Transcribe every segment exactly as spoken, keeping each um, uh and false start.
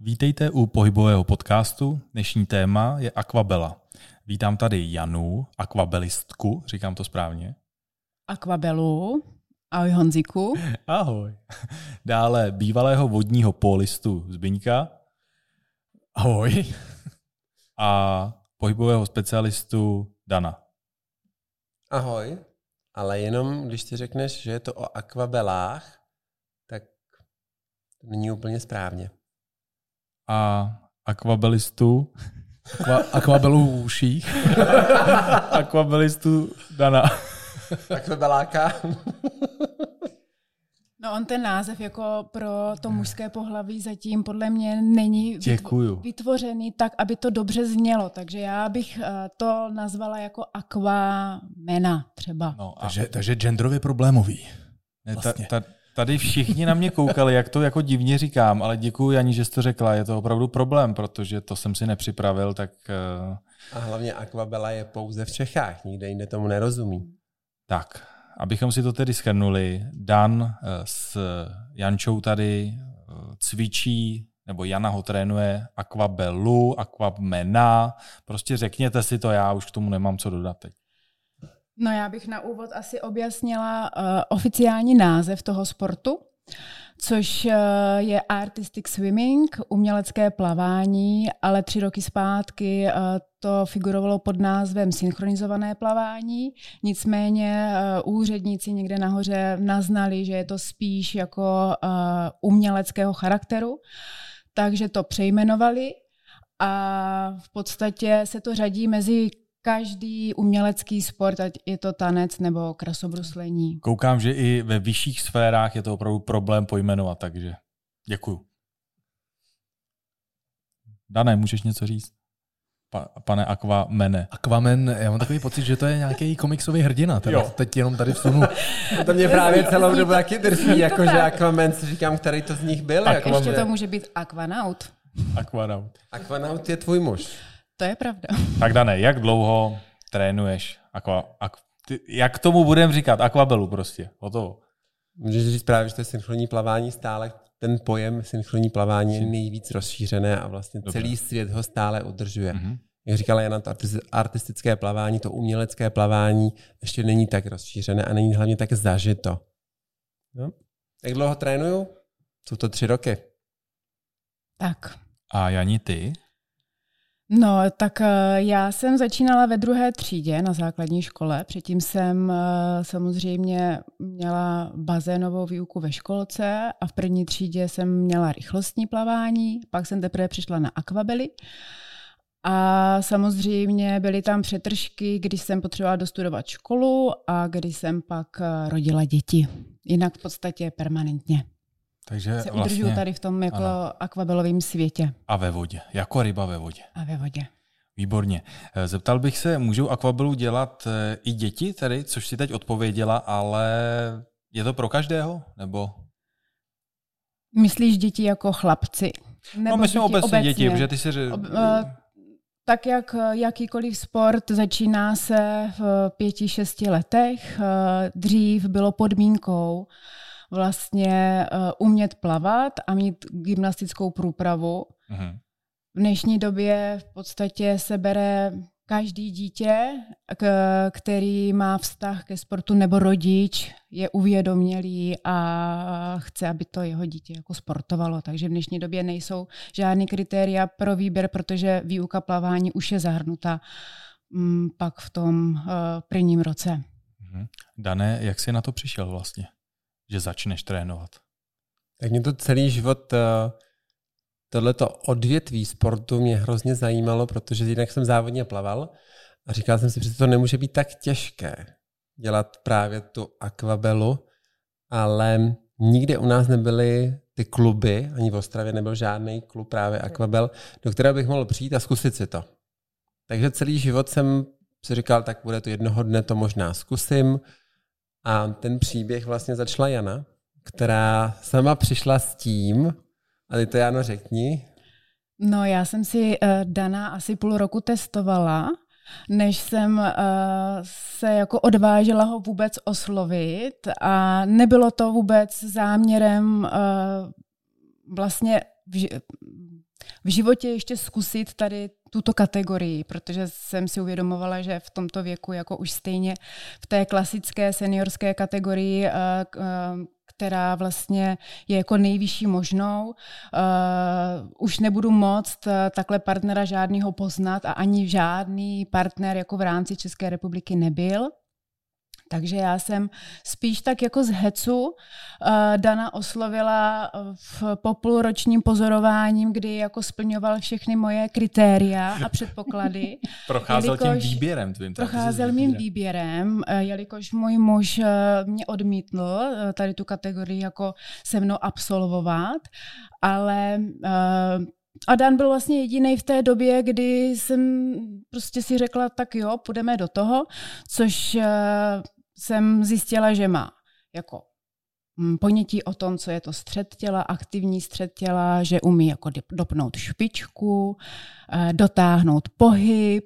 Vítejte u pohybového podcastu. Dnešní téma je akvabela. Vítám tady Janu, akvabelistku, říkám to správně. Akvabelu. Ahoj Honziku. Ahoj. Dále bývalého vodního pólistu Zbyňka. Ahoj. A pohybového specialistu Dana. Ahoj, ale jenom když ti řekneš, že je to o akvabelách, tak to není úplně správně. A akvabelistu... Aqua, akvabelu v uších. Akvabelistu Dana. Akvabeláka. No on ten název jako pro to mužské pohlaví zatím podle mě není Děkuju. vytvořený tak, aby to dobře znělo. Takže já bych to nazvala jako aquamena třeba. No a... takže, takže genderově problémový. Vlastně. Ta, ta, tady všichni na mě koukali, jak to jako divně říkám, ale děkuji Jani, že jsi to řekla. Je to opravdu problém, protože to jsem si nepřipravil. Tak... A hlavně akvabela je pouze v Čechách, nikde jinde tomu nerozumí. Tak, abychom si to tedy shrnuli, Dan s Jančou tady cvičí, nebo Jana ho trénuje akvabelu, akvamena, prostě řekněte si to, já už k tomu nemám co dodat teď. No já bych na úvod asi objasnila uh, oficiální název toho sportu, což uh, je artistic swimming, umělecké plavání, ale tři roky zpátky uh, to figurovalo pod názvem synchronizované plavání. Nicméně uh, úředníci někde nahoře naznali, že je to spíš jako uh, uměleckého charakteru, takže to přejmenovali a v podstatě se to řadí mezi každý umělecký sport, ať je to tanec nebo krasobruslení. Koukám, že i ve vyšších sférách je to opravdu problém pojmenovat, takže děkuju. Dane, můžeš něco říct? Pa, pane Aquamene. Aquaman, já mám takový pocit, že to je nějaký komiksový hrdina. Teda teď jenom tady vsunu. To mě právě celou dobu taky drží, jakože Aquaman, si říkám, který to z nich byl. Tak ještě to může být Aquanaut. Aquanaut. Aquanaut je tvůj muž. To je pravda. Tak Dane, jak dlouho trénuješ? Aqua, ak, ty, jak tomu budeme říkat? Akvabelu prostě. Hotovo. Můžeš říct právě, že to je synchronní plavání stále. Ten pojem synchronní plavání je nejvíc rozšířené a vlastně Dobře. celý svět ho stále udržuje. Mm-hmm. Jak říkala Jana, to artistické plavání, to umělecké plavání ještě není tak rozšířené a není hlavně tak zažito. No? Jak dlouho trénuju? Jsou to tři roky. Tak. A Jani, ty? No, tak já jsem začínala ve druhé třídě na základní škole. Předtím jsem samozřejmě měla bazénovou výuku ve školce a v první třídě jsem měla rychlostní plavání, pak jsem teprve přišla na akvabely. A samozřejmě byly tam přetržky, když jsem potřebovala dostudovat školu a když jsem pak rodila děti. Jinak v podstatě permanentně. Takže se vlastně, udržuju tady v tom jako ano. akvabelovém světě. A ve vodě, jako ryba ve vodě. A ve vodě. Výborně. Zeptal bych se, můžou akvabelu dělat i děti tady, což si teď odpověděla, ale je to pro každého? Nebo? Myslíš děti jako chlapci? Nebo no myslím obecně, obecně děti, protože ty si... Ob, uh, tak jak jakýkoliv sport začíná se v pěti, šesti letech. Uh, dřív bylo podmínkou vlastně uh, umět plavat a mít gymnastickou průpravu. Uh-huh. V dnešní době v podstatě se bere každý dítě, k, který má vztah ke sportu, nebo rodič je uvědomělý a chce, aby to jeho dítě jako sportovalo. Takže v dnešní době nejsou žádný kritéria pro výběr, protože výuka plavání už je zahrnuta m, pak v tom uh, prvním roce. Uh-huh. Dane, jak jsi na to přišel vlastně? Že začneš trénovat? Tak mě to celý život, tohleto odvětví sportu mě hrozně zajímalo, protože jinak jsem závodně plaval a říkal jsem si, že to nemůže být tak těžké dělat právě tu akvabelu, ale nikde u nás nebyly ty kluby, ani v Ostravě nebyl žádný klub právě akvabel, do kterého bych mohl přijít a zkusit si to. Takže celý život jsem si říkal, tak bude to jednoho dne, to možná zkusím. A ten příběh vlastně začala Jana, která sama přišla s tím, a ty to Jano řekni. No já jsem si uh, Dana asi půl roku testovala, než jsem uh, se jako odvážila ho vůbec oslovit a nebylo to vůbec záměrem uh, vlastně vž- v životě ještě zkusit tady tuto kategorii, protože jsem si uvědomovala, že v tomto věku jako už stejně v té klasické seniorské kategorii, která vlastně je jako nejvyšší možnou, už nebudu moct takhle partnera žádného poznat a ani žádný partner jako v rámci České republiky nebyl. Takže já jsem spíš tak jako z hecu uh, Dana oslovila v populročním pozorováním, kdy jako splňoval všechny moje kritéria a předpoklady. Procházel jelikož, tím výběrem tvým. Procházel mým výběrem, uh, jelikož můj muž uh, mě odmítl uh, tady tu kategorii jako se mnou absolvovat, ale uh, a Dan byl vlastně jediný v té době, kdy jsem prostě si řekla, tak jo, půjdeme do toho, což uh, jsem zjistila, že má jako ponětí o tom, co je to střed těla, aktivní střed těla, že umí jako dopnout špičku, dotáhnout pohyb,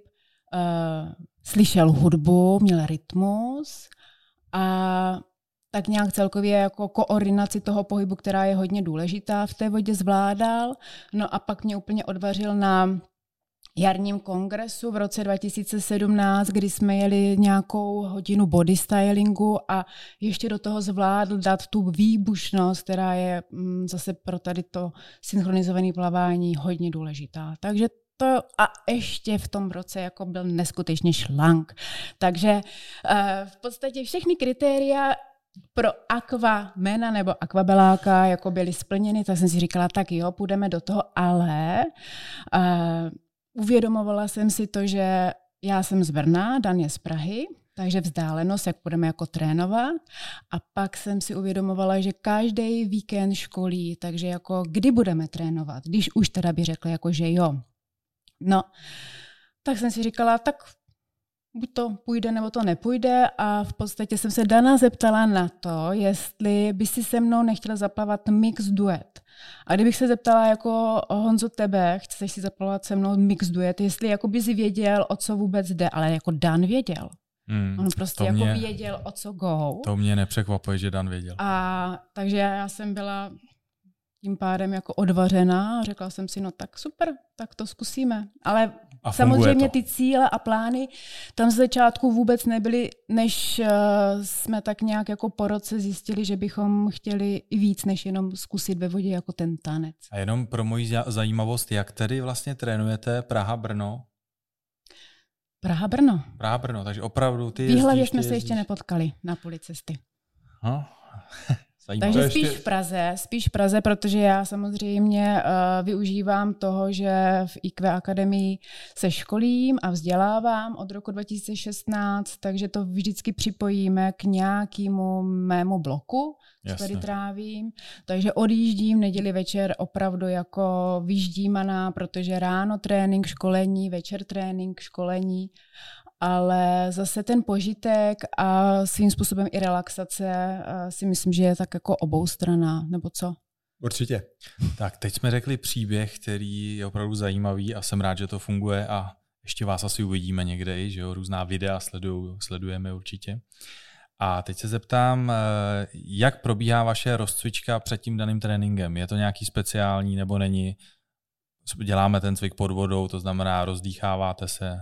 slyšel hudbu, měl rytmus a tak nějak celkově jako koordinaci toho pohybu, která je hodně důležitá v té vodě, zvládal. No a pak mě úplně odvařil na jarním kongresu v roce dva tisíce sedmnáct, kdy jsme jeli nějakou hodinu body stylingu a ještě do toho zvládl dát tu výbušnost, která je zase pro tady to synchronizované plavání hodně důležitá. Takže to a ještě v tom roce jako byl neskutečně šlank. Takže v podstatě všechny kritéria pro Aquamena nebo Aquabeláka jako byly splněny, tak jsem si říkala, tak jo, půjdeme do toho, ale uh, uvědomovala jsem si to, že já jsem z Brna, Dan je z Prahy, takže vzdálenost, jak budeme jako trénovat. A pak jsem si uvědomovala, že každý víkend školí, takže jako kdy budeme trénovat, když už teda by řekla, jako že jo. No, tak jsem si říkala, tak buď to půjde, nebo to nepůjde a v podstatě jsem se Dana zeptala na to, jestli by si se mnou nechtěla zaplavat mix duet. A kdybych se zeptala jako Honzo tebe, chceš si zaplavat se mnou mix duet, jestli jako bys věděl, o co vůbec jde, ale jako Dan věděl. Hmm, On prostě jako mě, věděl, o co go. To mě nepřekvapuje, že Dan věděl. A takže já jsem byla tím pádem jako odvařená a řekla jsem si, no tak super, tak to zkusíme. Ale a samozřejmě to. ty cíle a plány tam z začátku vůbec nebyly, než uh, jsme tak nějak jako po roce zjistili, že bychom chtěli i víc, než jenom zkusit ve vodě jako ten tanec. A jenom pro moji zajímavost, jak tedy vlastně trénujete Praha-Brno? Praha-Brno. Praha-Brno, takže opravdu ty jezdíš. V Jihlavě jsme se ještě nepotkali na půli cesty. Ha? Zajímavé. Takže spíš v Praze, spíš v Praze, protože já samozřejmě uh, využívám toho, že v í kvé Akademii se školím a vzdělávám od roku dva tisíce šestnáct, takže to vždycky připojíme k nějakému mému bloku, co tady trávím. Takže odjíždím neděli večer opravdu jako vyždímaná, protože ráno trénink, školení, večer trénink, školení. Ale zase ten požitek a svým způsobem i relaxace si myslím, že je tak jako oboustranná, nebo co? Určitě. Tak teď jsme řekli příběh, který je opravdu zajímavý a jsem rád, že to funguje a ještě vás asi uvidíme někde, že jo, různá videa sleduju, sledujeme určitě. A teď se zeptám, jak probíhá vaše rozcvička před tím daným tréninkem? Je to nějaký speciální nebo není? Děláme ten cvik pod vodou, to znamená rozdýcháváte se?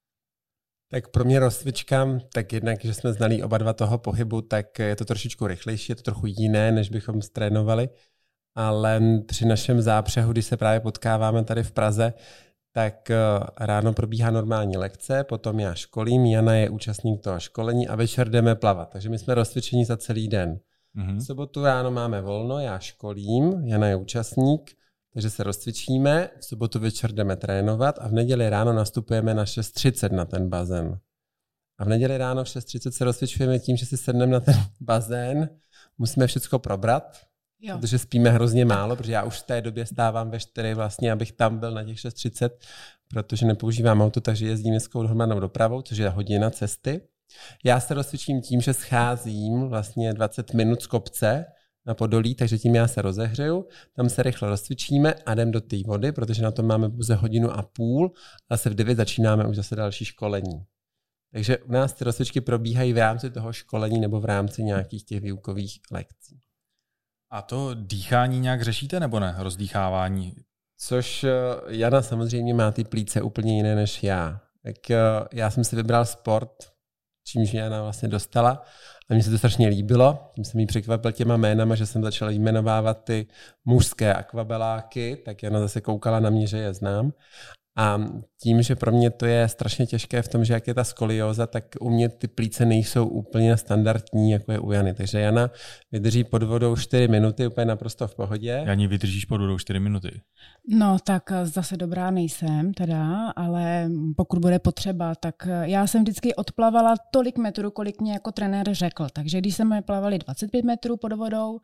Tak pro mě rozcvička, tak jednak, že jsme znali oba dva toho pohybu, tak je to trošičku rychlejší, je to trochu jiné, než bychom trénovali, ale při našem zápřehu, když se právě potkáváme tady v Praze, tak ráno probíhá normální lekce, potom já školím, Jana je účastník toho školení a večer jdeme plavat, takže my jsme rozcvičení za celý den. Mm-hmm. V sobotu ráno máme volno, já školím, Jana je účastník, takže se rozcvičíme, v sobotu večer jdeme trénovat a v neděli ráno nastupujeme na šest třicet na ten bazén. A v neděli ráno v šest třicet se rozcvičujeme tím, že si sedneme na ten bazén, musíme všechno probrat, jo. Protože spíme hrozně málo, protože já už v té době stávám ve čtyři vlastně, abych tam byl na těch šest třicet, protože nepoužívám auto, takže jezdím městskou hromadnou dopravou, což je hodina cesty. Já se rozcvičím tím, že scházím vlastně dvacet minut z kopce na Podolí, takže tím já se rozehřeju, tam se rychle rozcvičíme a jdem do té vody, protože na to máme pouze hodinu a půl a se v devět začínáme už zase další školení. Takže u nás ty rozcvičky probíhají v rámci toho školení nebo v rámci nějakých těch výukových lekcí. A to dýchání nějak řešíte nebo ne? Rozdýchávání? Což Jana samozřejmě má ty plíce úplně jiné než já. Tak já jsem si vybral sport, čímž mě Jana vlastně dostala. A mně se to strašně líbilo. Tím jsem jí překvapil těma jménama, že jsem začal jmenovávat ty mužské akvabeláky, tak Jana zase koukala na mě, že je znám. A tím, že pro mě to je strašně těžké v tom, že jak je ta skolióza, tak u mě ty plíce nejsou úplně standardní, jako je u Jany. Takže Jana vydrží pod vodou čtyři minuty, úplně naprosto v pohodě. Janí, vydržíš pod vodou čtyři minuty? No tak zase dobrá nejsem teda, ale pokud bude potřeba, tak já jsem vždycky odplavala tolik metrů, kolik mě jako trenér řekl. Takže když jsme plavali dvacet pět metrů pod vodou,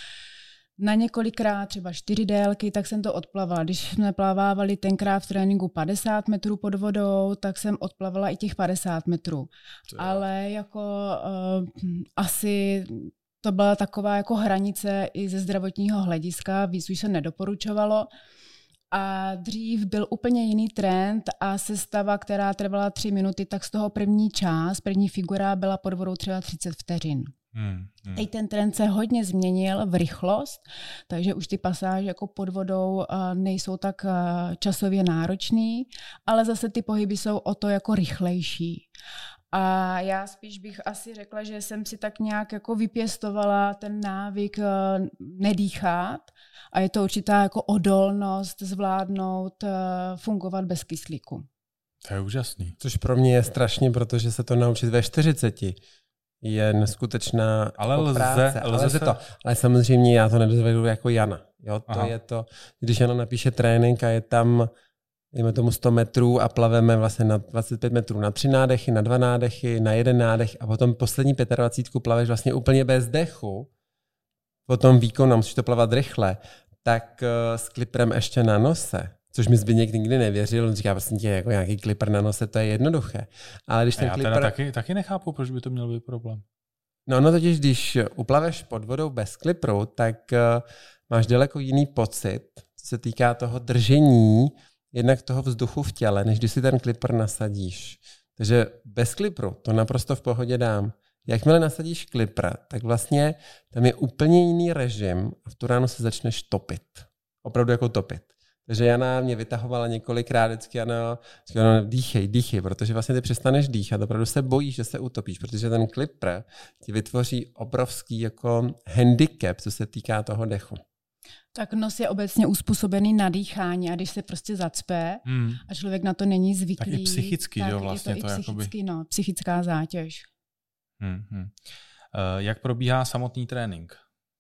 na několikrát, třeba čtyři délky, tak jsem to odplavala. Když jsme plavávali tenkrát v tréninku padesát metrů pod vodou, tak jsem odplavala i těch padesát metrů. Ale jako uh, asi to byla taková jako hranice i ze zdravotního hlediska, víc už se nedoporučovalo. A dřív byl úplně jiný trend a sestava, která trvala tři minuty, tak z toho první část, první figura byla pod vodou třeba třicet vteřin. Hmm, hmm. Teď ten trend se hodně změnil v rychlost, takže už ty pasáže jako pod vodou nejsou tak časově náročný, ale zase ty pohyby jsou o to jako rychlejší. A já spíš bych asi řekla, že jsem si tak nějak jako vypěstovala ten návyk nedýchat a je to určitá jako odolnost zvládnout fungovat bez kyslíku. To je úžasný. Což pro mě je strašně, protože se to naučit ve čtyřiceti je neskutečná ale lze, práce. lze ale, se... to, ale samozřejmě já to nedovedu jako Jana. Jo, to Aha. je to, když Jana napíše trénink a je tam, dejme tomu sto metrů a plaveme vlastně na dvacet pět metrů na tři nádechy, na dva nádechy, na jeden nádech a potom poslední dvacet pět plaveš vlastně úplně bez dechu, potom výkonu, musíš to plavat rychle, tak uh, s kliprem ještě na nose. Což mi Zbyněk nikdy nevěřil, on říká vlastně jako nějaký klipr na nose, to je jednoduché. Ale když ten já klipr... teda taky, taky nechápu, proč by to měl být problém. No, no totiž, když uplaveš pod vodou bez klipru, tak uh, máš daleko jiný pocit, co se týká toho držení, jednak toho vzduchu v těle, než když si ten klipr nasadíš. Takže bez klipru to naprosto v pohodě dám. Jakmile nasadíš klipr, tak vlastně tam je úplně jiný režim a v tu ránu se začneš topit. Opravdu jako topit. Takže Jana mě vytahovala několikrát vždycky, ano, ano, dýchej, dýchej, protože vlastně ty přestaneš dýchat, opravdu se bojíš, že se utopíš, protože ten klipr ti vytvoří obrovský jako handicap, co se týká toho dechu. Tak nos je obecně uspůsobený na dýchání a když se prostě zacpe hmm. a člověk na to není zvyklý, tak i psychicky, tak jo, vlastně je to, to i psychicky, jakoby... no, psychická zátěž. Hmm, hmm. Uh, jak probíhá samotný trénink?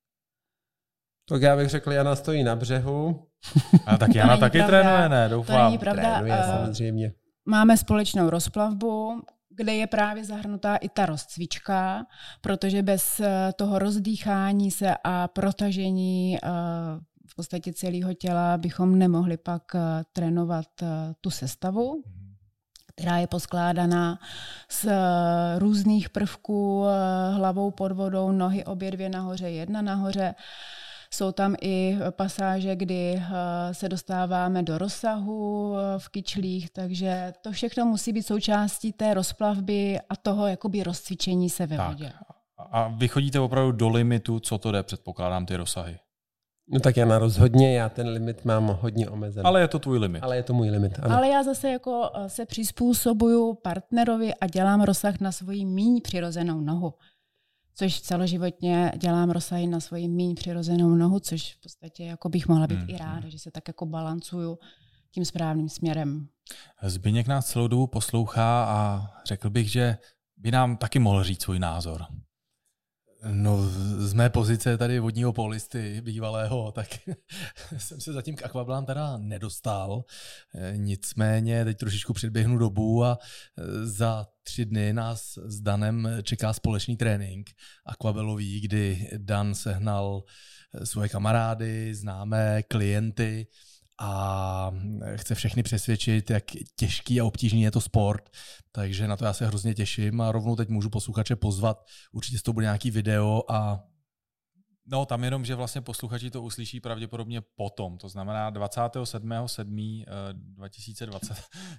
Tak já bych řekl, Jana stojí na břehu. A tak Jana taky pravda, trénuje, ne? Doufám. To není pravda. Trénuje, uh, samozřejmě. Máme společnou rozplavbu, kde je právě zahrnutá i ta rozcvička, protože bez toho rozdýchání se a protažení v podstatě celého těla bychom nemohli pak trénovat tu sestavu, která je poskládaná z různých prvků, hlavou pod vodou, nohy obě dvě nahoře, jedna nahoře. Jsou tam i pasáže, kdy se dostáváme do rozsahu v kyčlích, takže to všechno musí být součástí té rozplavby a toho jakoby rozcvičení se ve vodě. A vy chodíte opravdu do limitu, co to jde, předpokládám, ty rozsahy? No tak já na rozhodně, já ten limit mám hodně omezený. Ale je to tvůj limit. Ale je to můj limit, ano. Ale já zase jako se přizpůsobuju partnerovi a dělám rozsah na svoji míň přirozenou nohu. Což celoživotně dělám rozsahy na svoji míň přirozenou nohu, což v podstatě jako bych mohla být hmm. i ráda, že se tak jako balancuju tím správným směrem. Zbyněk nás celou dobu poslouchá a řekl bych, že by nám taky mohl říct svůj názor. No, z mé pozice tady vodního polisty bývalého, tak jsem se zatím k akvablám teda nedostal. Nicméně teď trošičku předběhnu dobu a za tři dny nás s Danem čeká společný trénink akvabelový, kdy Dan sehnal svoje kamarády, známé, klienty a chce všechny přesvědčit, jak těžký a obtížný je to sport. Takže na to já se hrozně těším a rovnou teď můžu posluchače pozvat. Určitě z toho bude nějaký video a... No tam jenom, že vlastně posluchači to uslyší pravděpodobně potom. To znamená dvacátého sedmého sedmého dva tisíce dvacet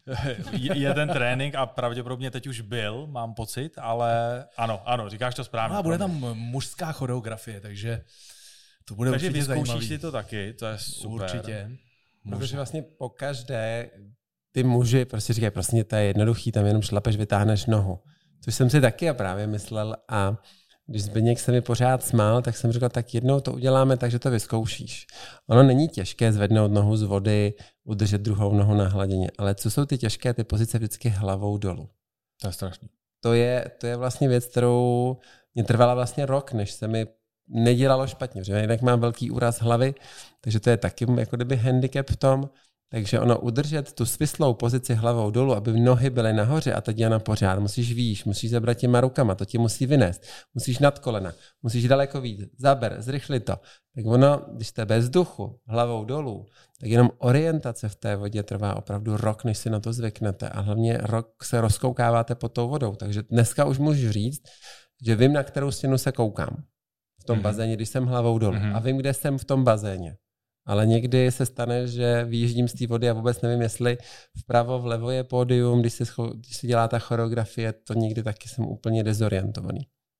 je ten trénink a pravděpodobně teď už byl, mám pocit, ale ano, ano, říkáš to správně. A bude tam mužská choreografie, takže to bude takže určitě zajímavý. Takže vyzkoušíš si to taky, to je super. Určitě. Protože vlastně po každé ty muži prostě říkají, prostě to je jednoduchý, tam jenom šlapeš, vytáhneš nohu. Což jsem si taky právě myslel a když Zbyněk se mi pořád smál, tak jsem říkal, tak jednou to uděláme tak, že to vyzkoušíš. Ono není těžké zvednout nohu z vody, udržet druhou nohu na hladině, ale co jsou ty těžké, ty pozice vždycky hlavou dolů. To je strašný. To je, to je vlastně věc, kterou mě trvala vlastně rok, než se mi nedělalo špatně, protože jinak mám velký úraz hlavy, takže to je taky jako kdyby handicap v tom, takže ono udržet tu svislou pozici hlavou dolů, aby nohy byly nahoře a teď Jana pořád, musíš výš, musíš zabrat těma rukama, to ti musí vynést, musíš nad kolena, musíš daleko víc, zaber, zrychli to. Tak ono, když jste bez vzduchu, hlavou dolů, tak jenom orientace v té vodě trvá opravdu rok, než si na to zvyknete a hlavně rok se rozkoukáváte pod tou vodou. Takže dneska už můžu říct, že vím, na kterou stěnu se koukám v tom mm-hmm. bazéně, když jsem hlavou dolů mm-hmm. a vím, kde jsem v tom bazéně. Ale někdy se stane, že vyjíždím z té vody a vůbec nevím, jestli vpravo, vlevo je pódium, když se, když se dělá ta choreografie, to někdy taky jsem úplně dezorientovaný.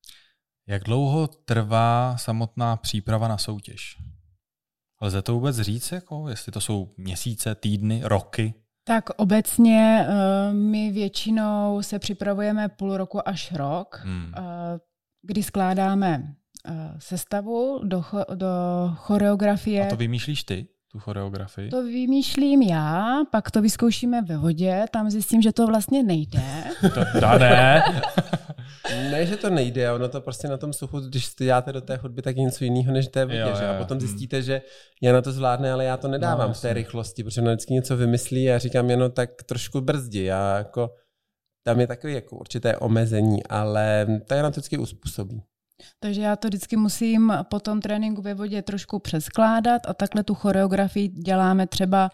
Jak dlouho trvá samotná příprava na soutěž? Lze to vůbec říct, jako, jestli to jsou měsíce, týdny, roky? Tak obecně uh, my většinou se připravujeme půl roku až rok, hmm. uh, kdy skládáme sestavu do, do choreografie. A to vymýšlíš ty, tu choreografii? To vymýšlím já, pak to vyzkoušíme ve vodě, tam zjistím, že to vlastně nejde. To, to ne. Ne, že to nejde, ono to prostě na tom suchu, když děláte do té hudby, tak je něco jiného než té vodě. Jo, že? A potom zjistíte, hmm. že já na to zvládne, ale já to nedávám no, v té rychlosti, protože ona vždycky něco vymyslí a říkám jenom tak trošku brzdi. Já jako, tam je takové jako určité omezení, ale to je na to vždycky uspůsobí. Takže já to vždycky musím po tom tréninku ve vodě trošku přeskládat a takhle tu choreografii děláme třeba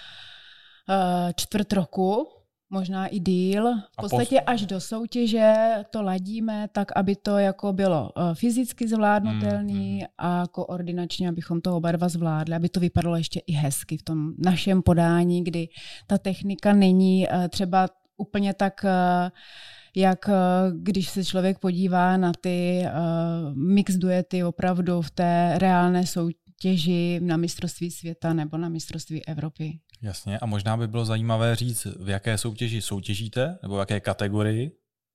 uh, čtvrt roku, možná i díl. V podstatě až do soutěže to ladíme tak, aby to jako bylo uh, fyzicky zvládnutelný mm, a koordinačně, abychom to oba dva zvládli, aby to vypadalo ještě i hezky v tom našem podání, kdy ta technika není uh, třeba úplně tak... Uh, jak když se člověk podívá na ty uh, mix duety opravdu v té reálné soutěži na mistrovství světa nebo na mistrovství Evropy. Jasně, a možná by bylo zajímavé říct, v jaké soutěži soutěžíte, nebo v jaké kategorii?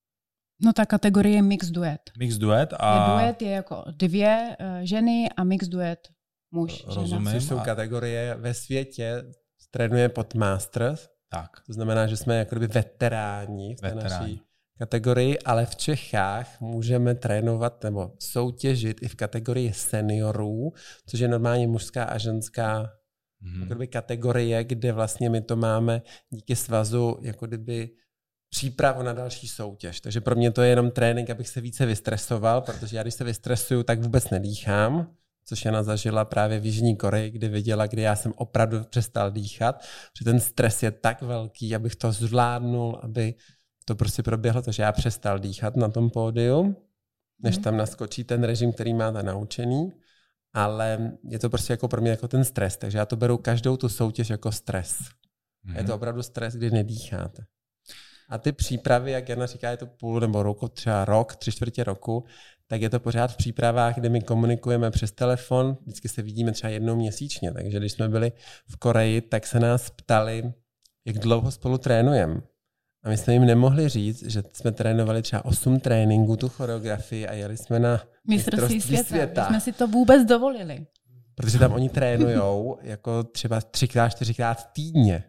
No ta kategorie je mix duet. Mix duet a... Je duet je jako dvě uh, ženy a mix duet muž. Rozumím. Což jsou a... kategorie ve světě, trénuje pod Masters. Tak. To znamená, že jsme jako veteráni v té veteráni. naší kategorii, ale v Čechách můžeme trénovat nebo soutěžit i v kategorii seniorů, což je normálně mužská a ženská mm. jako kategorie, kde vlastně my to máme díky svazu jako kdyby přípravu na další soutěž. Takže pro mě to je jenom trénink, abych se více vystresoval, protože já když se vystresuju, tak vůbec nedýchám, což Jana zažila právě v Jižní Koreji, kdy viděla, kdy já jsem opravdu přestal dýchat, že ten stres je tak velký, abych to zvládnul, aby to prostě proběhlo, takže já přestal dýchat na tom pódiu, než tam naskočí ten režim, který máte naučený, ale je to prostě jako pro mě jako ten stres, takže já to beru každou tu soutěž jako stres. Mm-hmm. Je to opravdu stres, kdy nedýcháte. A ty přípravy, jak Jana říká, je to půl nebo roku, třeba rok, tři čtvrtě roku, tak je to pořád v přípravách, kde my komunikujeme přes telefon, vždycky se vidíme třeba jednou měsíčně, takže když jsme byli v Koreji, tak se nás ptali, jak dlouho spolu trénujeme. A my jsme jim nemohli říct, že jsme trénovali třeba osm tréninků tu choreografii a jeli jsme na mistrovství světa. světa. My jsme si to vůbec dovolili. Protože tam oni trénujou jako třeba třikrát, čtyřikrát týdně.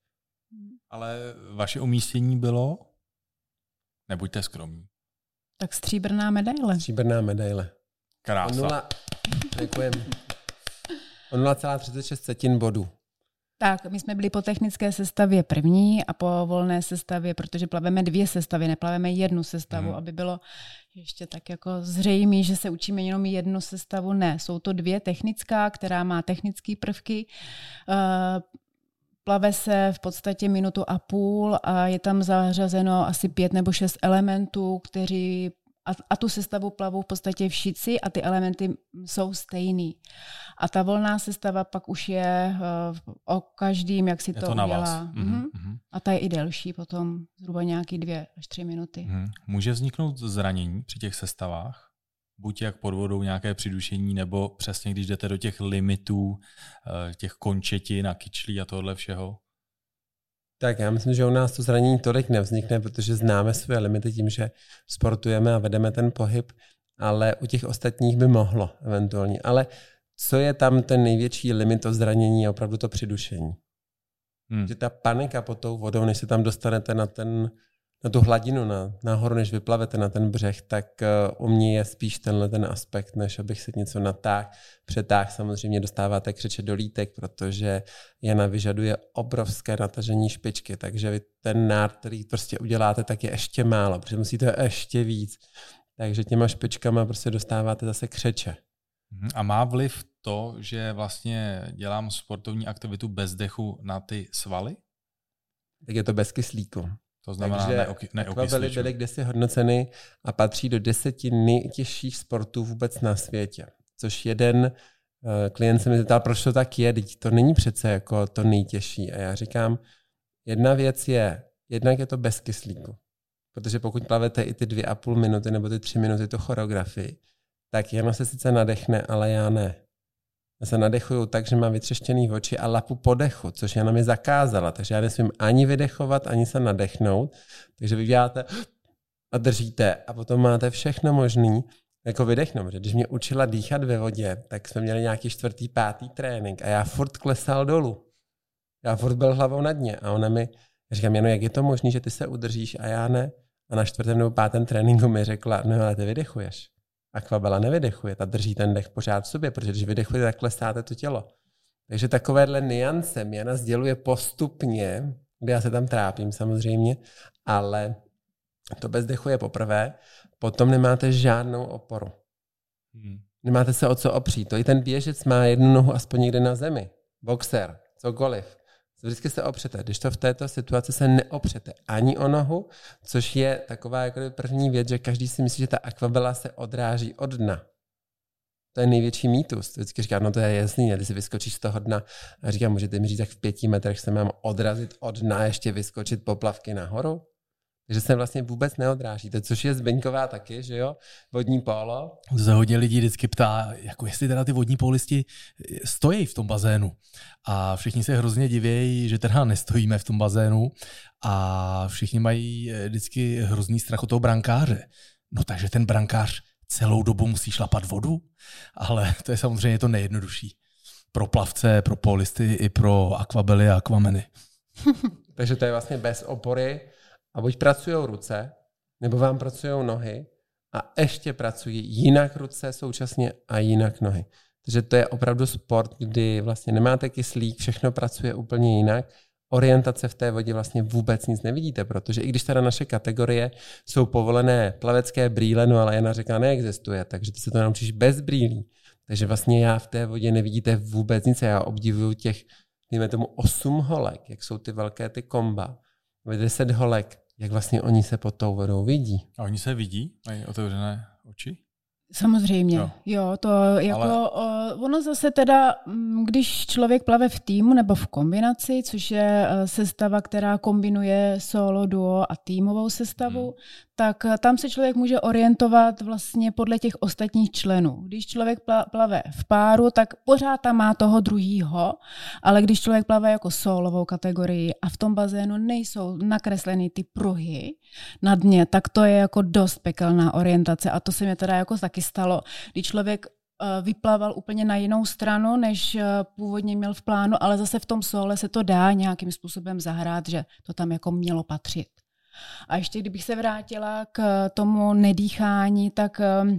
Ale vaše umístění bylo? Nebuďte skromní. Tak stříbrná medaile. Stříbrná medaile. Krása. Nula, děkujem. O nula celá třicet šest setin bodů. Tak, my jsme byli po technické sestavě první a po volné sestavě, protože plaveme dvě sestavy, neplaveme jednu sestavu, hmm. aby bylo ještě tak jako zřejmé, že se učíme jenom jednu sestavu. Ne, jsou to dvě technická, která má technické prvky. Plave se v podstatě minutu a půl a je tam zařazeno asi pět nebo šest elementů, kteří A, a tu sestavu plavou v podstatě všichni a ty elementy jsou stejný. A ta volná sestava pak už je uh, o každým, jak si je to, to udělá. Mm-hmm. Mm-hmm. A ta je i delší potom, zhruba nějaký dvě až tři minuty. Mm-hmm. Může vzniknout zranění při těch sestavách? buď jak pod vodou nějaké přidušení, nebo přesně když jdete do těch limitů, těch končetin a kyčlí a tohle všeho? Tak já myslím, že u nás to zranění tolik nevznikne, protože známe své limity tím, že sportujeme a vedeme ten pohyb, ale u těch ostatních by mohlo eventuálně. Ale co je tam ten největší limit to zranění je opravdu to přidušení. Hmm. Že ta panika pod tou vodou, než se tam dostanete na, ten, na tu hladinu, na, nahoru, než vyplavete na ten břeh, tak uh, u mě je spíš tenhle ten aspekt, než abych se něco natáhl, přetáhl. Samozřejmě dostáváte křeče do lítek, protože Jana vyžaduje obrovské natažení špičky, takže vy ten nárt, který prostě uděláte, tak je ještě málo, protože musíte ještě víc. Takže těma špičkama prostě dostáváte zase křeče. A má vliv to, že vlastně dělám sportovní aktivitu bez dechu na ty svaly? Tak je to bez kyslíku. To znamená akvabely byly kdysi hodnoceny a patří do deseti nejtěžších sportů vůbec na světě. Což jeden uh, klient se mi zeptal, proč to tak je, to není přece jako to nejtěžší. A já říkám, jedna věc je, jednak je to bez kyslíku. Protože pokud plavete i ty dvě a půl minuty nebo ty tři minuty tu choreografii, tak Jana se sice nadechne, ale já ne. Já se nadechuju tak, že mám vytřeštěný oči a lapu po dechu, což Jana mi zakázala, takže já nesmím ani vydechovat, ani se nadechnout. Takže vy děláte a držíte a potom máte všechno možný, jako vydechnout. Když mě učila dýchat ve vodě, tak jsme měli nějaký čtvrtý, pátý trénink a já furt klesal dolů. Já furt byl hlavou na dně a ona mi, já říkám, Jano, jak je to možné, že ty se udržíš a já ne? A na čtvrtém nebo pátém tréninku mi řekla, no ale ty vydechuješ. Akvabela nevydechuje, ta drží ten dech pořád v sobě, protože když vydechujete, tak klesáte to tělo. Takže takovéhle niance mě Jana sděluje postupně, kdy já se tam trápím samozřejmě, ale to bez dechu je poprvé, potom nemáte žádnou oporu. Hmm. Nemáte se o co opřít. To i ten běžec má jednu nohu aspoň někde na zemi. Boxer, cokoliv. Vždycky se opřete. Když to v této situaci se neopřete ani o nohu, což je taková jako první věc, že každý si myslí, že ta akvabela se odráží od dna. To je největší mýtus. Vždycky říkám, no to je jasný, když si vyskočíš z toho dna a říkám, můžete mi říct, tak v pěti metrech se mám odrazit od dna a ještě vyskočit poplavky nahoru? Takže se vlastně vůbec neodrážíte, což je Zbyňková taky, že jo, vodní pólo. To se hodně lidí vždycky ptá, jako jestli teda ty vodní pólisti stojí v tom bazénu. A všichni se hrozně divějí, že teda nestojíme v tom bazénu a všichni mají vždycky hrozný strach od toho brankáře. No takže ten brankář celou dobu musí šlapat vodu, ale to je samozřejmě to nejjednodušší. Pro plavce, pro pólisty i pro akvabely a akvameny. Takže to je vlastně bez opory. A buď pracují ruce, nebo vám pracují nohy a ještě pracují jinak ruce současně a jinak nohy. Takže to je opravdu sport, kdy vlastně nemáte kyslík, všechno pracuje úplně jinak. Orientace v té vodě vlastně vůbec nic nevidíte, protože i když teda naše kategorie jsou povolené plavecké brýle, no ale Jana řekla, neexistuje, takže ty se to naučíš bez brýlí. Takže vlastně já v té vodě nevidíte vůbec nic. Já obdivuju těch, dejme tomu osm holek, jak jsou ty velké ty komba, deset holek, jak vlastně oni se pod tou vodou vidí. A oni se vidí? Mají otevřené oči? Samozřejmě, jo, jo to jako Ale... ono zase teda, když člověk plave v týmu nebo v kombinaci, což je sestava, která kombinuje solo, duo a týmovou sestavu, hmm. tak tam se člověk může orientovat vlastně podle těch ostatních členů. Když člověk plave v páru, tak pořád tam má toho druhýho, ale když člověk plave jako solovou kategorii a v tom bazénu nejsou nakresleny ty pruhy na dně, tak to je jako dost pekelná orientace a to se mi teda jako taky stalo, když člověk vyplaval úplně na jinou stranu, než původně měl v plánu, ale zase v tom sole se to dá nějakým způsobem zahrát, že to tam jako mělo patřit. A ještě kdybych se vrátila k tomu nedýchání, tak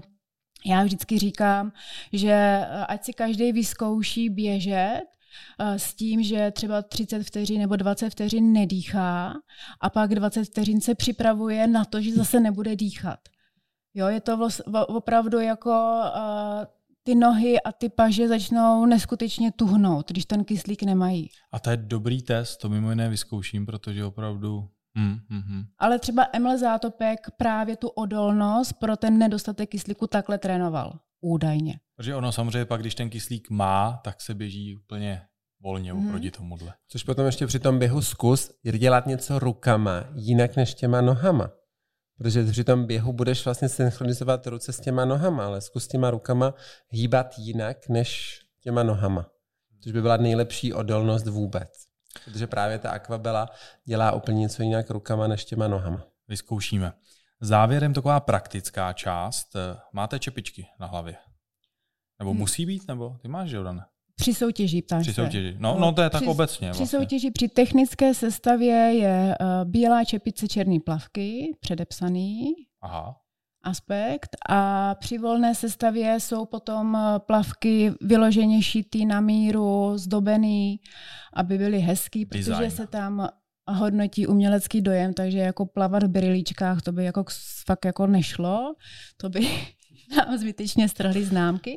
já vždycky říkám, že ať si každý vyzkouší běžet s tím, že třeba třicet vteřin nebo dvacet vteřin nedýchá a pak dvacet vteřin se připravuje na to, že zase nebude dýchat. Jo, je to opravdu jako uh, ty nohy a ty paže začnou neskutečně tuhnout, když ten kyslík nemají. A to je dobrý test, to mimo jiné vyzkouším, protože opravdu... Hmm, hmm, hmm. Ale třeba Emil Zátopek právě tu odolnost pro ten nedostatek kyslíku takhle trénoval. Údajně. Protože ono samozřejmě pak, když ten kyslík má, tak se běží úplně volně hmm. oproti tomuhle. Což potom ještě při tom běhu zkus dělat něco rukama, jinak než těma nohama. Protože při tom běhu budeš vlastně synchronizovat ruce s těma nohama, ale zkus těma rukama hýbat jinak než těma nohama. Což by byla nejlepší odolnost vůbec. Protože právě ta akvabela dělá úplně něco jinak rukama než těma nohama. Vyzkoušíme. Závěrem taková praktická část. Máte čepičky na hlavě? Nebo musí být? Nebo ty máš, Jordane? Při soutěži, ptáš Při se. soutěži. No, no to je tak při, obecně. Při vlastně. soutěži, při technické sestavě je uh, bílá čepice, černý plavky, předepsaný Aha. aspekt a při volné sestavě jsou potom plavky vyloženě šitý na míru, zdobený, aby byly hezký, protože Design. se tam hodnotí umělecký dojem, takže jako plavat v brýličkách, to by jako fakt jako nešlo, to by nám zbytečně strhly známky.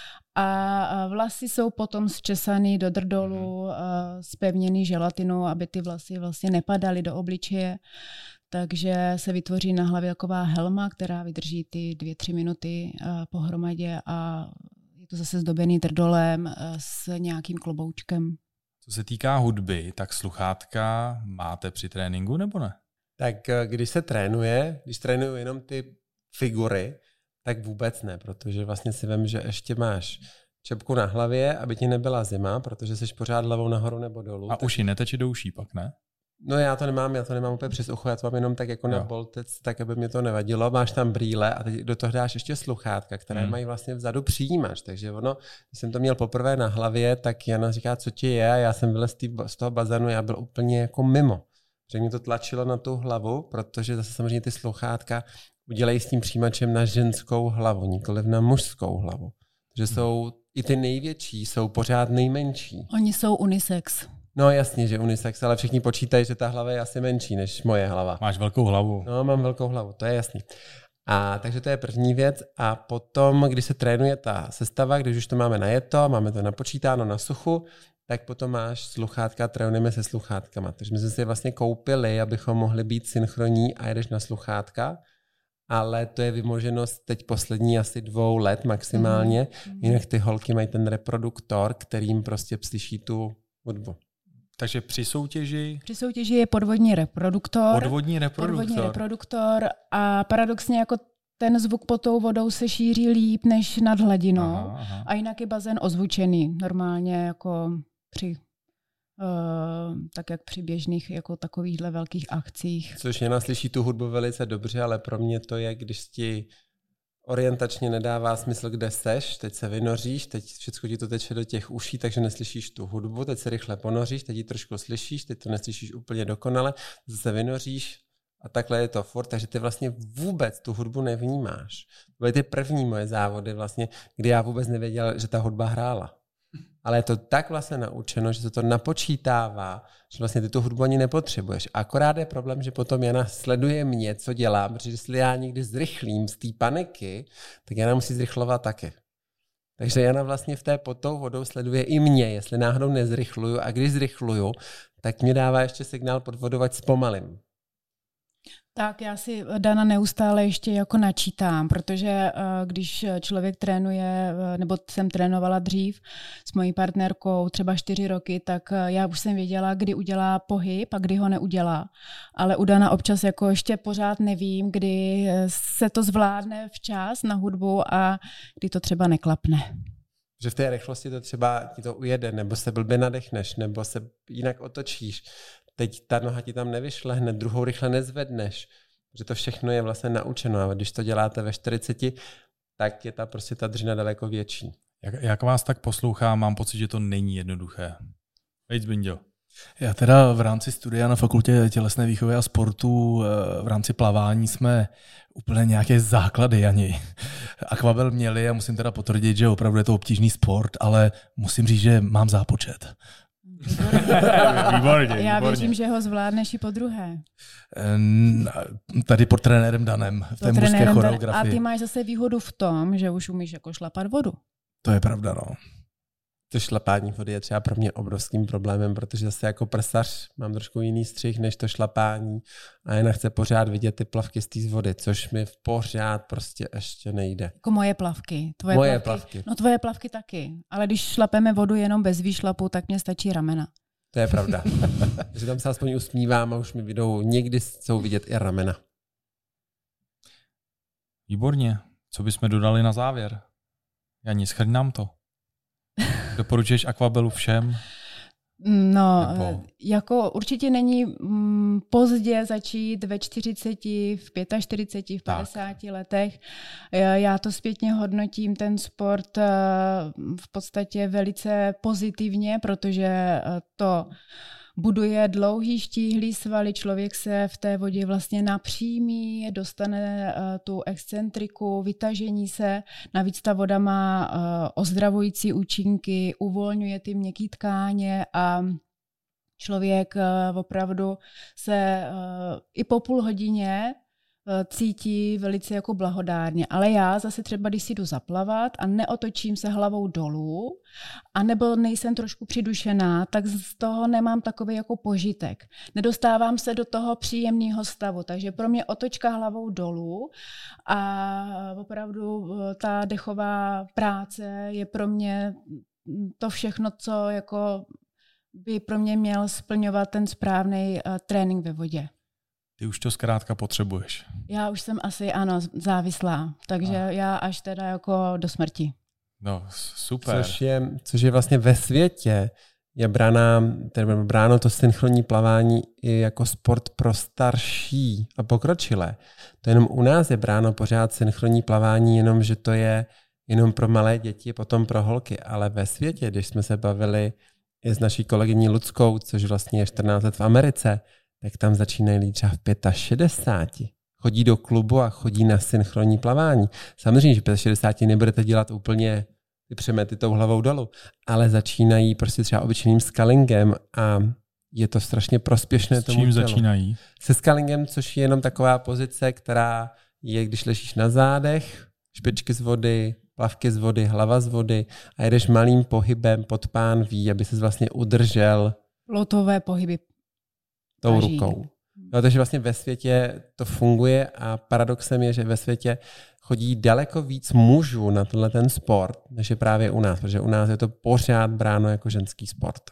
A vlasy jsou potom zčesaný do drdolu, zpevněný želatinou, aby ty vlasy vlastně nepadaly do obličeje. Takže se vytvoří na hlavě taková helma, která vydrží ty dvě, tři minuty pohromadě a je to zase zdobený drdolem s nějakým kloboučkem. Co se týká hudby, tak sluchátka máte při tréninku nebo ne? Tak když se trénuje, když trénuju jenom ty figury, tak vůbec ne, protože vlastně si vím, že ještě máš čepku na hlavě, aby ti nebyla zima, protože jsi pořád hlavou nahoru nebo dolů. A tak... uši neteče do uší pak, ne? No já to nemám, já to nemám úplně přes ucho, já to mám jenom tak jako jo. na boltec, tak aby mě to nevadilo. Máš tam brýle a teď do toho dáš ještě sluchátka, které hmm. mají vlastně vzadu přijímač, takže ono, když jsem to měl poprvé na hlavě, tak Jana říká, co ti je a já jsem vylez z toho bazénu, já byl úplně jako mimo. Že mě to tlačilo na tu hlavu, protože zase samozřejmě ty sluchátka udělají s tím přijímačem na ženskou hlavu, nikoliv na mužskou hlavu. Že jsou i ty největší, jsou pořád nejmenší. Oni jsou unisex. No jasně, že unisex, ale všichni počítají, že ta hlava je asi menší než moje hlava. Máš velkou hlavu. No, mám velkou hlavu, to je jasný. A takže to je první věc. A potom, když se trénuje ta sestava, když už to máme najeto, máme to napočítáno na suchu, tak potom máš sluchátka, trénujeme se sluchátkama. Takže my jsme si je vlastně koupili, abychom mohli být synchronní a jedeš na sluchátka. Ale to je vymoženost teď poslední asi dvou let maximálně. Mm. Jinak ty holky mají ten reproduktor, kterým prostě slyší tu hudbu. Takže při soutěži... Při soutěži je podvodní reproduktor. Podvodní reproduktor. Podvodní reproduktor a paradoxně jako ten zvuk pod tou vodou se šíří líp než nad hladinou. Aha, aha. A jinak je bazén ozvučený. Normálně jako při... Uh, tak jak při běžných jako takovýchhle velkých akcích. Což Jana slyší tu hudbu velice dobře, ale pro mě to je, když ti orientačně nedává smysl, kde seš, teď se vynoříš, teď všechno ti to teče do těch uší, takže neslyšíš tu hudbu, teď se rychle ponoříš, teď ji trošku slyšíš, teď to neslyšíš úplně dokonale, zase vynoříš a takhle je to furt, takže ty vlastně vůbec tu hudbu nevnímáš. To byly ty první moje závody vlastně, kdy já vůbec nevěděl, že ta hudba hrála. Ale je to tak vlastně naučeno, že se to napočítává, že vlastně ty tu hudbu ani nepotřebuješ. Akorát je problém, že potom Jana sleduje mě, co dělám, protože jestli já někdy zrychlím z té paniky, tak Jana musí zrychlovat taky. Takže Jana vlastně v té pod tou vodou sleduje i mě, jestli náhodou nezrychluju a když zrychluju, tak mě dává ještě signál pod vodou, ať zpomalím. Tak já si Dana neustále ještě jako načítám, protože když člověk trénuje, nebo jsem trénovala dřív s mojí partnerkou třeba čtyři roky, tak já už jsem věděla, kdy udělá pohyb a kdy ho neudělá. Ale u Dana občas jako ještě pořád nevím, kdy se to zvládne včas na hudbu a kdy to třeba neklapne. Že v té rychlosti to třeba ti to ujede, nebo se blbě nadechneš, nebo se jinak otočíš. Teď ta noha ti tam nevyšle, hned druhou rychle nezvedneš. Že to všechno je vlastně naučeno. A když to děláte ve čtyřiceti, tak je ta prostě ta dřina daleko větší. Jak, jak vás tak poslouchám, mám pocit, že to není jednoduché. Veď, Binďo. Já teda v rámci studia na fakultě tělesné výchovy a sportu v rámci plavání jsme úplně nějaké základy ani akvabel měli a musím teda potvrdit, že opravdu je to obtížný sport, ale musím říct, že mám zápočet. Výborně, Já věřím, že ho zvládneš i po druhé. Tady pod trenérem Danem v té mužské choreografii. A ty máš zase výhodu v tom, že už umíš jako šlapat vodu. To je pravda, no. To šlapání vody je třeba pro mě obrovským problémem, protože zase jako prsař mám trošku jiný střih než to šlapání a Jana chce pořád vidět ty plavky z té vody, což mi v pořád prostě ještě nejde. Jako moje plavky. Tvoje moje plavky. plavky. No tvoje plavky taky, ale když šlapeme vodu jenom bez výšlapu, tak mě stačí ramena. To je pravda. Takže tam se aspoň usmívám a už mi vidou, někdy jsou vidět i ramena. Výborně. Co bychom dodali na závěr? Jani, shrň nám to. Doporučuješ Aquabelu všem? No, Nebo... jako určitě není mm, pozdě začít ve čtyřiceti, v čtyřiceti pěti, v padesáti tak. letech. Já to zpětně hodnotím, ten sport v podstatě velice pozitivně, protože to buduje dlouhý, štíhlý svaly, člověk se v té vodě vlastně napřímí, dostane uh, tu excentriku, vytažení se, navíc ta voda má uh, ozdravující účinky, uvolňuje ty měkké tkáně a člověk uh, opravdu se uh, i po půl hodině cítí velice jako blahodárně. Ale já zase třeba, když si jdu zaplavat a neotočím se hlavou dolů, anebo nejsem trošku přidušená, tak z toho nemám takový jako požitek. Nedostávám se do toho příjemného stavu, takže pro mě otočka hlavou dolů a opravdu ta dechová práce je pro mě to všechno, co jako by pro mě měl splňovat ten správný uh, trénink ve vodě. Ty už to zkrátka potřebuješ. Já už jsem asi, ano, závislá, takže a. já až teda jako do smrti. No, super. Což je, což je vlastně ve světě, je brána, tedy bráno to synchronní plavání i jako sport pro starší a pokročilé. To jenom u nás je bráno pořád synchronní plavání, jenom že to je jenom pro malé děti, potom pro holky, ale ve světě, když jsme se bavili i s naší kolegyní Luckou, což vlastně je čtrnáct let v Americe, tak tam začínají lidi třeba v šedesáti pěti. Chodí do klubu a chodí na synchronní plavání. Samozřejmě, že v šedesáti pěti nebudete dělat úplně ty přemety tou hlavou dolů, ale začínají prostě třeba obyčejným scullingem a je to strašně prospěšné s tomu čím tělu. Začínají? Se scullingem, což je jenom taková pozice, která je, když ležíš na zádech, špičky z vody, plavky z vody, hlava z vody a jedeš malým pohybem pod pánví, aby ses vlastně udržel lotové pohyby tou rukou. No, takže vlastně ve světě to funguje a paradoxem je, že ve světě chodí daleko víc mužů na tenhle ten sport, než je právě u nás, protože u nás je to pořád bráno jako ženský sport.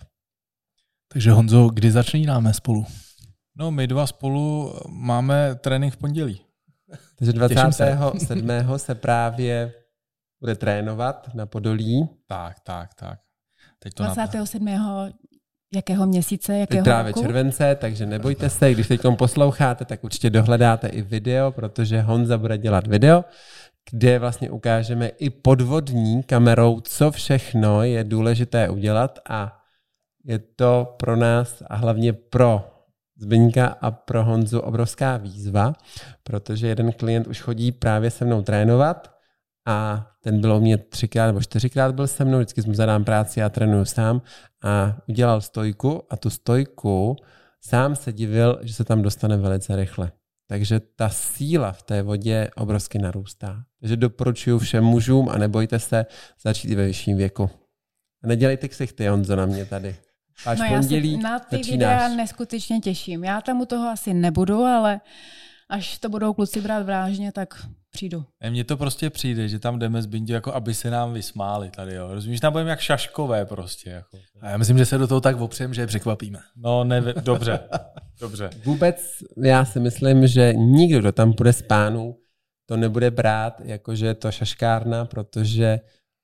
Takže Honzo, kdy začínáme spolu? No, my dva spolu máme trénink v pondělí. Takže dvacátého sedmého se právě bude trénovat na Podolí. Tak, tak, tak. Teď to dvacátého sedmého jakého měsíce, jakého právě roku? Července, takže nebojte se, když teď posloucháte, tak určitě dohledáte i video, protože Honza bude dělat video, kde vlastně ukážeme i podvodní kamerou, co všechno je důležité udělat a je to pro nás a hlavně pro Zbyňka a pro Honzu obrovská výzva, protože jeden klient už chodí právě se mnou trénovat a ten byl u mě třikrát nebo čtyřikrát byl se mnou, vždycky mu zadám práci, já trénuju sám a udělal stojku a tu stojku sám se divil, že se tam dostane velice rychle. Takže ta síla v té vodě obrovsky narůstá. Takže doporučuji všem mužům a nebojte se začít i ve vyšším věku. A nedělejte ksichty, Honzo, na mě tady. Až no pondělí já se na ty začínáš. videa neskutečně těším. Já tam u toho asi nebudu, ale až to budou kluci brát vážně, tak přijdu. Mně to prostě přijde, že tam jdeme s Bindou, jako aby se nám vysmáli tady, jo. Rozumíš, tam budeme jak šaškové prostě. Jako. A já myslím, že se do toho tak opřem, že je překvapíme. No, nevím, dobře, dobře. Vůbec já si myslím, že nikdo, kdo tam půjde s pánů, to nebude brát, jakože je to šaškárna, protože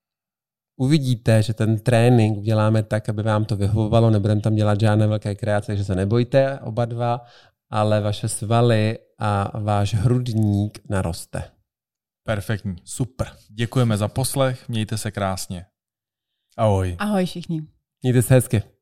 uvidíte, že ten trénink děláme tak, aby vám to vyhovovalo, nebudeme tam dělat žádné velké kreace, takže se nebojte oba dva, ale vaše svaly a váš hrudník naroste. Perfektní, super. Děkujeme za poslech, mějte se krásně. Ahoj. Ahoj všichni. Mějte se hezky.